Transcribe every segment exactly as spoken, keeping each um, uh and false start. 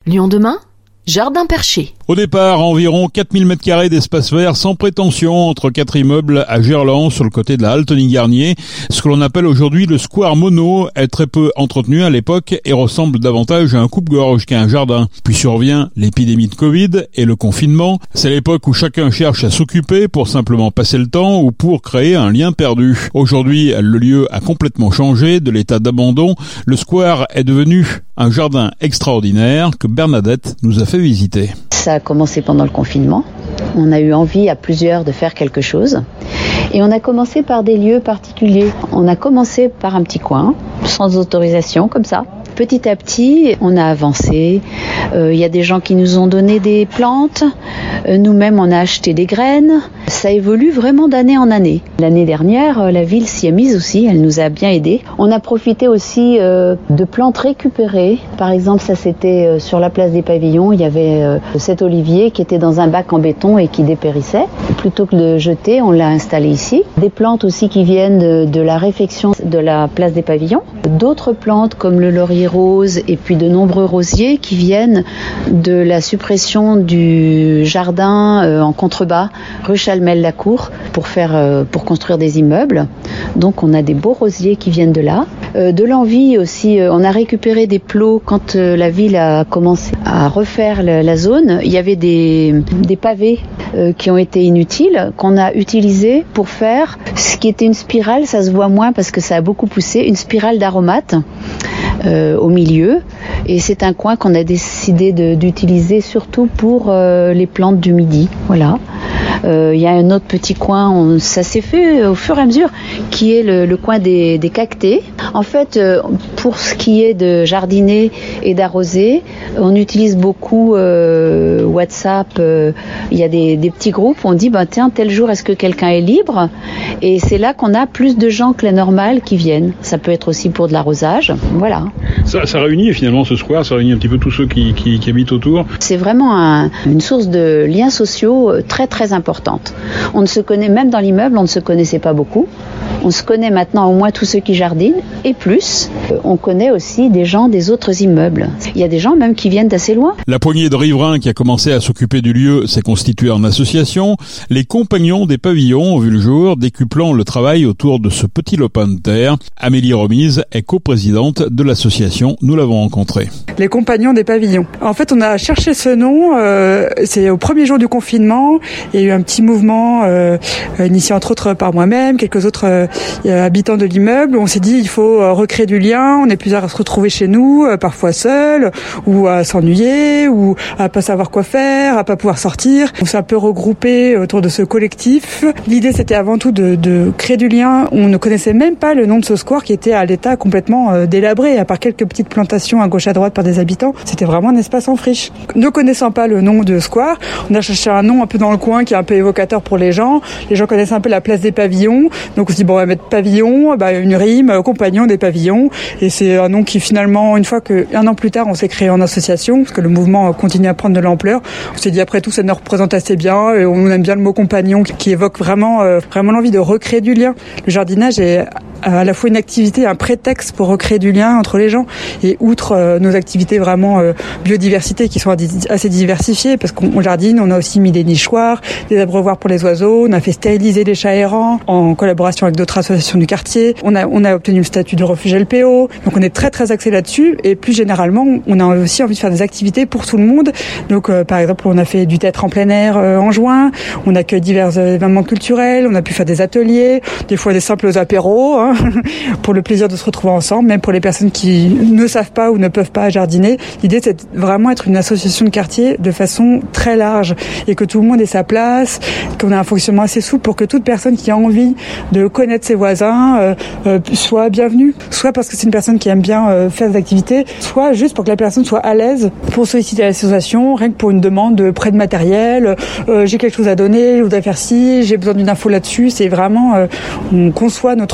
Lyon demain, Jardin Perché. Au départ, environ quatre mille mètres carrés d'espace vert sans prétention entre quatre immeubles à Gerland sur le côté de la Altony-Garnier. Ce que l'on appelle aujourd'hui le square Mono est très peu entretenu à l'époque et ressemble davantage à un coupe-gorge qu'à un jardin. Puis survient l'épidémie de Covid et le confinement. C'est l'époque où chacun cherche à s'occuper pour simplement passer le temps ou pour créer un lien perdu. Aujourd'hui, le lieu a complètement changé de l'état d'abandon. Le square est devenu un jardin extraordinaire que Bernadette nous a fait visiter. Ça a commencé pendant le confinement. On a eu envie à plusieurs de faire quelque chose. Et on a commencé par des lieux particuliers. On a commencé par un petit coin, sans autorisation, comme ça. Petit à petit, on a avancé. Il euh, y a des gens qui nous ont donné des plantes. Euh, nous-mêmes, on a acheté des graines. Ça évolue vraiment d'année en année. L'année dernière, la ville s'y est mise aussi. Elle nous a bien aidés. On a profité aussi euh, de plantes récupérées. Par exemple, ça c'était euh, sur la place des Pavillons. Il y avait euh, cet olivier qui était dans un bac en béton et qui dépérissait. Plutôt que de le jeter, on l'a installé ici. Des plantes aussi qui viennent de, de la réfection de la place des Pavillons. D'autres plantes comme le laurier rose et puis de nombreux rosiers qui viennent de la suppression du jardin euh, en contrebas rue Chalmel-la-Cour pour faire euh, pour construire des immeubles. Donc on a des beaux rosiers qui viennent de là. Euh, de l'envie aussi, euh, on a récupéré des plots quand euh, la ville a commencé à refaire la, la zone. Il y avait des, des pavés euh, qui ont été inutiles, qu'on a utilisés pour faire ce qui était une spirale, ça se voit moins parce que ça a beaucoup poussé, une spirale d'aromates euh, au milieu. Et c'est un coin qu'on a décidé de, d'utiliser surtout pour euh, les plantes du midi. Voilà. Il euh, y a un autre petit coin, on, ça s'est fait au fur et à mesure, qui est le, le coin des, des cactés. En fait, euh, pour ce qui est de jardiner et d'arroser, on utilise beaucoup euh, WhatsApp. Il euh, y a des, des petits groupes où on dit, ben, tiens, tel jour, est-ce que quelqu'un est libre ? Et c'est là qu'on a plus de gens que la normale qui viennent. Ça peut être aussi pour de l'arrosage. Voilà. Ça, ça réunit finalement ce square, ça réunit un petit peu tous ceux qui, qui, qui habitent autour. C'est vraiment un, une source de liens sociaux très très importante. On ne se connaît, même dans l'immeuble, on ne se connaissait pas beaucoup. On se connaît maintenant au moins tous ceux qui jardinent et plus. On connaît aussi des gens des autres immeubles. Il y a des gens même qui viennent d'assez loin. La poignée de riverains qui a commencé à s'occuper du lieu s'est constituée en association. Les compagnons des pavillons ont vu le jour, décuplant le travail autour de ce petit lopin de terre. Amélie Remise est coprésidente de l'association. Nous l'avons rencontrée. Les compagnons des pavillons. En fait, on a cherché ce nom. Euh, c'est au premier jour du confinement. Il y a eu un petit mouvement euh, initié entre autres par moi-même, quelques autres euh, habitants de l'immeuble. On s'est dit il faut euh, recréer du lien. On est plusieurs à se retrouver chez nous, euh, parfois seuls, ou à s'ennuyer, ou à pas savoir quoi faire, à pas pouvoir sortir. On s'est un peu regroupés autour de ce collectif. L'idée c'était avant tout de, de créer du lien. On ne connaissait même pas le nom de ce square qui était à l'état complètement euh, délabré, à part quelques petites plantations à gauche à droite par des habitants. C'était vraiment un espace en friche. Ne connaissant pas le nom de square, on a cherché un nom un peu dans le coin qui est un peu évocateur pour les gens. Les gens connaissent un peu la place des pavillons. Donc on se dit bon, on va mettre pavillon, bah, une rime, euh, compagnon des pavillons. Et c'est un nom qui finalement, une fois que un an plus tard, on s'est créé en association, parce que le mouvement continue à prendre de l'ampleur. On s'est dit après tout, ça nous représente assez bien. Et on aime bien le mot compagnon qui, qui évoque vraiment, euh, vraiment l'envie de recréer du lien. Le jardinage est à la fois une activité, un prétexte pour recréer du lien entre les gens. Et outre euh, nos activités vraiment euh, biodiversité qui sont assez diversifiées, parce qu'on jardine, on a aussi mis des nichoirs, des abreuvoirs pour les oiseaux, on a fait stériliser les chats errants en collaboration avec d'autres associations du quartier, on a, on a obtenu le statut de refuge L P O, donc on est très très axé là-dessus, et plus généralement, on a aussi envie de faire des activités pour tout le monde. Donc euh, par exemple, on a fait du théâtre en plein air euh, en juin, on accueille divers événements culturels, on a pu faire des ateliers, des fois des simples apéros, hein, pour le plaisir de se retrouver ensemble, même pour les personnes qui ne savent pas ou ne peuvent pas jardiner. L'idée, c'est vraiment être une association de quartier de façon très large et que tout le monde ait sa place, qu'on ait un fonctionnement assez souple pour que toute personne qui a envie de connaître ses voisins euh, euh, soit bienvenue, soit parce que c'est une personne qui aime bien euh, faire des activités, soit juste pour que la personne soit à l'aise pour solliciter l'association, rien que pour une demande de prêt de matériel, euh, j'ai quelque chose à donner, je voudrais faire ci, j'ai besoin d'une info là-dessus. C'est vraiment, euh, on conçoit notre objet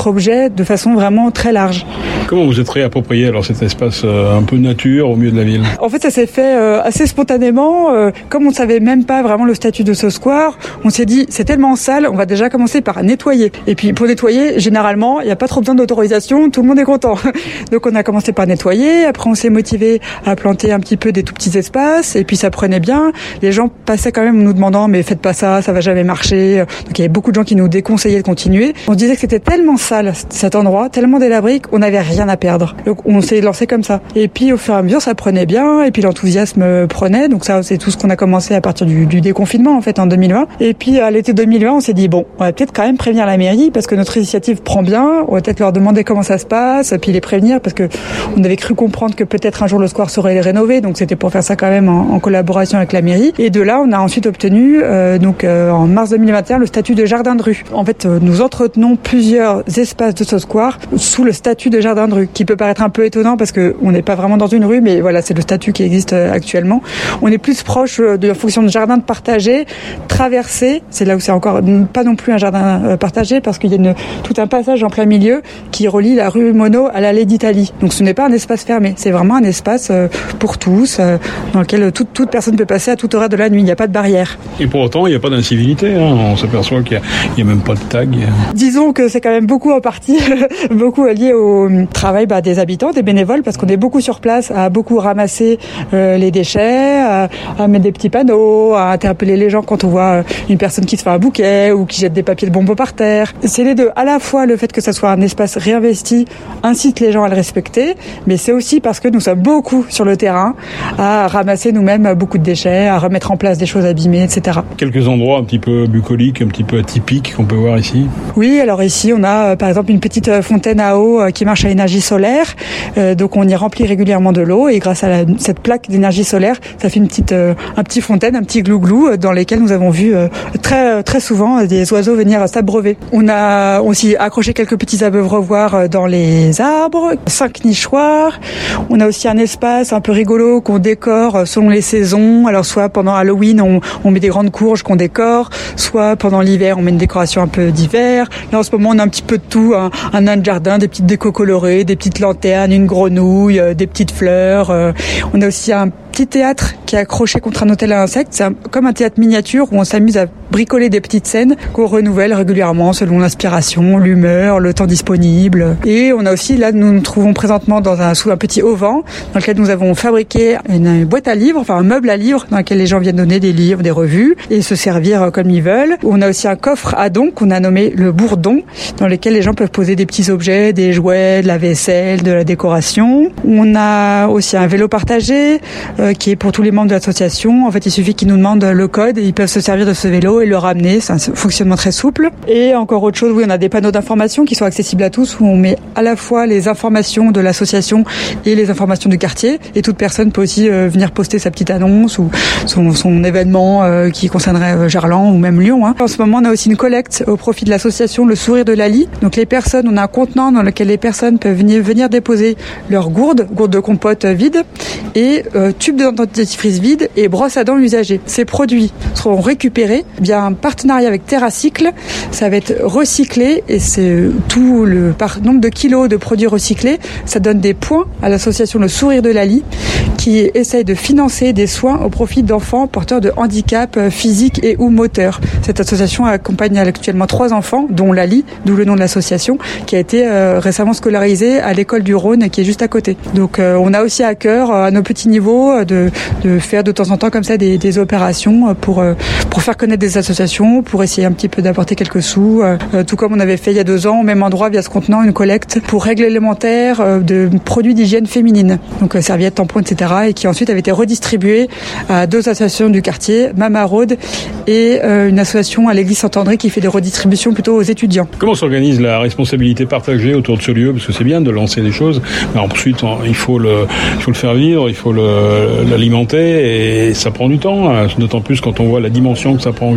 très, de façon vraiment très large. Comment vous êtes réapproprié alors cet espace euh, un peu nature au milieu de la ville? En fait, ça s'est fait euh, assez spontanément. Euh, comme on ne savait même pas vraiment le statut de ce square, on s'est dit c'est tellement sale, on va déjà commencer par nettoyer. Et puis pour nettoyer, généralement, il n'y a pas trop besoin d'autorisation, tout le monde est content. Donc on a commencé par nettoyer. Après, on s'est motivé à planter un petit peu des tout petits espaces. Et puis ça prenait bien. Les gens passaient quand même en nous demandant mais faites pas ça, ça va jamais marcher. Donc il y avait beaucoup de gens qui nous déconseillaient de continuer. On se disait que c'était tellement sale cet endroit, tellement délabré qu'on n'avait rien à perdre. Donc on s'est lancé comme ça. Et puis au fur et à mesure, ça prenait bien. Et puis l'enthousiasme prenait. Donc ça, c'est tout ce qu'on a commencé à partir du, du déconfinement en fait en deux mille vingt. Et puis à l'été deux mille vingt, on s'est dit bon, on va peut-être quand même prévenir la mairie parce que notre initiative prend bien. On va peut-être leur demander comment ça se passe, puis les prévenir parce que on avait cru comprendre que peut-être un jour le square serait rénové. Donc c'était pour faire ça quand même en, en collaboration avec la mairie. Et de là, on a ensuite obtenu euh, donc euh, en mars deux mille vingt et un le statut de jardin de rue. En fait, euh, nous entretenons plusieurs espaces de ce square sous le statut de jardin de rue, qui peut paraître un peu étonnant parce que on n'est pas vraiment dans une rue, mais voilà, c'est le statut qui existe euh, actuellement. On est plus proche euh, de la fonction de jardin de partagé, traversé. C'est là où c'est encore pas non plus un jardin euh, partagé parce qu'il y a une, tout un passage en plein milieu qui relie la rue Monod à l'allée d'Italie. Donc ce n'est pas un espace fermé, c'est vraiment un espace euh, pour tous, euh, dans lequel toute, toute personne peut passer à toute heure de la nuit. Il n'y a pas de barrière. Et pour autant, il n'y a pas d'incivilité. Hein. On s'aperçoit qu'il n'y a, a même pas de tag. Disons que c'est quand même beaucoup en partie, beaucoup lié au travail bah, des habitants, des bénévoles, parce qu'on est beaucoup sur place à beaucoup ramasser euh, les déchets, à, à mettre des petits panneaux, à interpeller les gens quand on voit une personne qui se fait un bouquet ou qui jette des papiers de bonbons par terre. C'est les deux. À la fois, le fait que ça soit un espace réinvesti incite les gens à le respecter, mais c'est aussi parce que nous sommes beaucoup sur le terrain à ramasser nous-mêmes beaucoup de déchets, à remettre en place des choses abîmées, et cetera. Quelques endroits un petit peu bucoliques, un petit peu atypiques qu'on peut voir ici. Oui, alors ici on a par exemple une petite fontaine à eau qui marche à énergie solaire, euh, donc on y remplit régulièrement de l'eau et grâce à la, cette plaque d'énergie solaire, ça fait une petite, euh, un petit fontaine, un petit glouglou dans lesquels nous avons vu euh, très très souvent des oiseaux venir s'abreuver. On a aussi accroché quelques petits abreuvoirs dans les arbres, cinq nichoirs. On a aussi un espace un peu rigolo qu'on décore selon les saisons. Alors soit pendant Halloween on, on met des grandes courges qu'on décore, soit pendant l'hiver on met une décoration un peu d'hiver. Là en ce moment on a un petit peu de tout, un, un nain de jardin, des petites décos colorées, des petites lanternes, une grenouille, euh, des petites fleurs. Euh, on a aussi un petit théâtre qui est accroché contre un hôtel à insectes. C'est un, comme un théâtre miniature où on s'amuse à bricoler des petites scènes qu'on renouvelle régulièrement selon l'inspiration, l'humeur, le temps disponible. Et on a aussi, là, nous nous trouvons présentement dans un, sous un petit auvent dans lequel nous avons fabriqué une, une boîte à livres, enfin un meuble à livres dans lequel les gens viennent donner des livres, des revues et se servir comme ils veulent. On a aussi un coffre à dons qu'on a nommé le bourdon dans lequel les gens peuvent poser des petits objets, des jouets, de la vaisselle, de la décoration. On a aussi un vélo partagé euh, qui est pour tous les membres de l'association. En fait, il suffit qu'ils nous demandent le code et ils peuvent se servir de ce vélo et le ramener. C'est un fonctionnement très souple. Et encore autre chose, oui, on a des panneaux d'information qui sont accessibles à tous où on met à la fois les informations de l'association et les informations du quartier. Et toute personne peut aussi euh, venir poster sa petite annonce ou son, son événement euh, qui concernerait euh, Gerland ou même Lyon. Hein. En ce moment, on a aussi une collecte au profit de l'association Le Sourire de Lali. Donc les personnes, on a un contenant dans lequel les personnes peuvent venir, venir déposer leurs gourdes, gourdes de compote vides et euh, tubes de dentifrice vide et brosse à dents usagées. Ces produits seront récupérés via un partenariat avec TerraCycle. Ça va être recyclé et c'est tout le par nombre de kilos de produits recyclés. Ça donne des points à l'association Le Sourire de Lali qui essaye de financer des soins au profit d'enfants porteurs de handicap physique et ou moteur. Cette association accompagne actuellement trois enfants, dont Lali, d'où le nom de l'association, qui a été euh, récemment scolarisée à l'école du Rhône qui est juste à côté. Donc euh, on a aussi à cœur à nos petits niveaux de, de faire de temps en temps comme ça des, des opérations pour, euh, pour faire connaître des associations, pour essayer un petit peu d'apporter quelques sous, euh, tout comme on avait fait il y a deux ans au même endroit via ce contenant une collecte pour règles élémentaires euh, de produits d'hygiène féminine, donc euh, serviettes, tampons, et cetera, et qui ensuite avait été redistribué à deux associations du quartier, Mama Road et euh, une association à l'église Saint-André qui fait des redistributions plutôt aux étudiants. Comment s'organise la responsabilité partagée autour de ce lieu? Parce que c'est bien de lancer des choses, mais ensuite il faut le, il faut le faire vivre, il faut le, l'alimenter et ça prend du temps, d'autant plus quand on voit la dimension que ça prend aujourd'hui.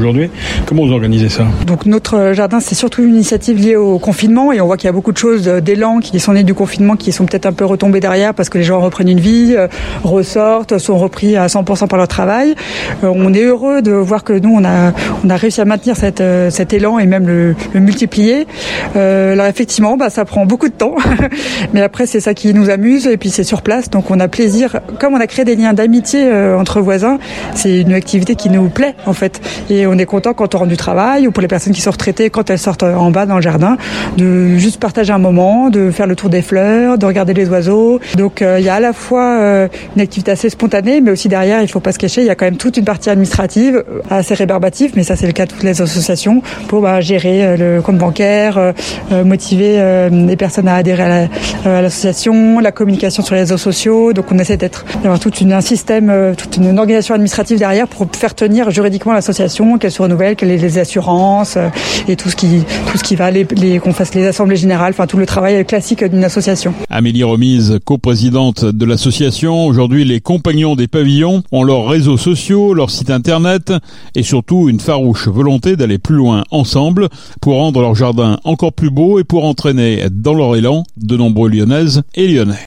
aujourd'hui. Comment vous organisez ça? Donc notre jardin, c'est surtout une initiative liée au confinement et on voit qu'il y a beaucoup de choses d'élan qui sont nées du confinement qui sont peut-être un peu retombées derrière parce que les gens reprennent une vie, euh, ressortent, sont repris à cent pour cent par leur travail. Euh, on est heureux de voir que nous, on a, on a réussi à maintenir cette, euh, cet élan et même le, le multiplier. Euh, alors effectivement, bah, ça prend beaucoup de temps, mais après c'est ça qui nous amuse et puis c'est sur place, donc on a plaisir. Comme on a créé des liens d'amitié euh, entre voisins, c'est une activité qui nous plaît en fait et on est content quand on rentre du travail ou pour les personnes qui sont retraitées quand elles sortent en bas dans le jardin de juste partager un moment, de faire le tour des fleurs, de regarder les oiseaux. Donc euh, il y a à la fois euh, une activité assez spontanée, mais aussi derrière, il faut pas se cacher, il y a quand même toute une partie administrative euh, assez rébarbative, mais ça c'est le cas de toutes les associations pour bah, gérer euh, le compte bancaire, euh, motiver euh, les personnes à adhérer à, la, euh, à l'association, la communication sur les réseaux sociaux. Donc on essaie d'être d'avoir toute une, un système, euh, toute une organisation administrative derrière pour faire tenir juridiquement l'association, qu'elle se renouvelle, qu'elle ait les assurances euh, et tout ce qui tout ce qui va, les, les, qu'on fasse les assemblées générales, enfin tout le travail classique d'une association. Amélie Remise, coprésidente de l'association. Aujourd'hui, les compagnons des pavillons ont leurs réseaux sociaux, leur site internet et surtout une farouche volonté d'aller plus loin ensemble pour rendre leur jardin encore plus beau et pour entraîner dans leur élan de nombreux Lyonnaises et Lyonnais.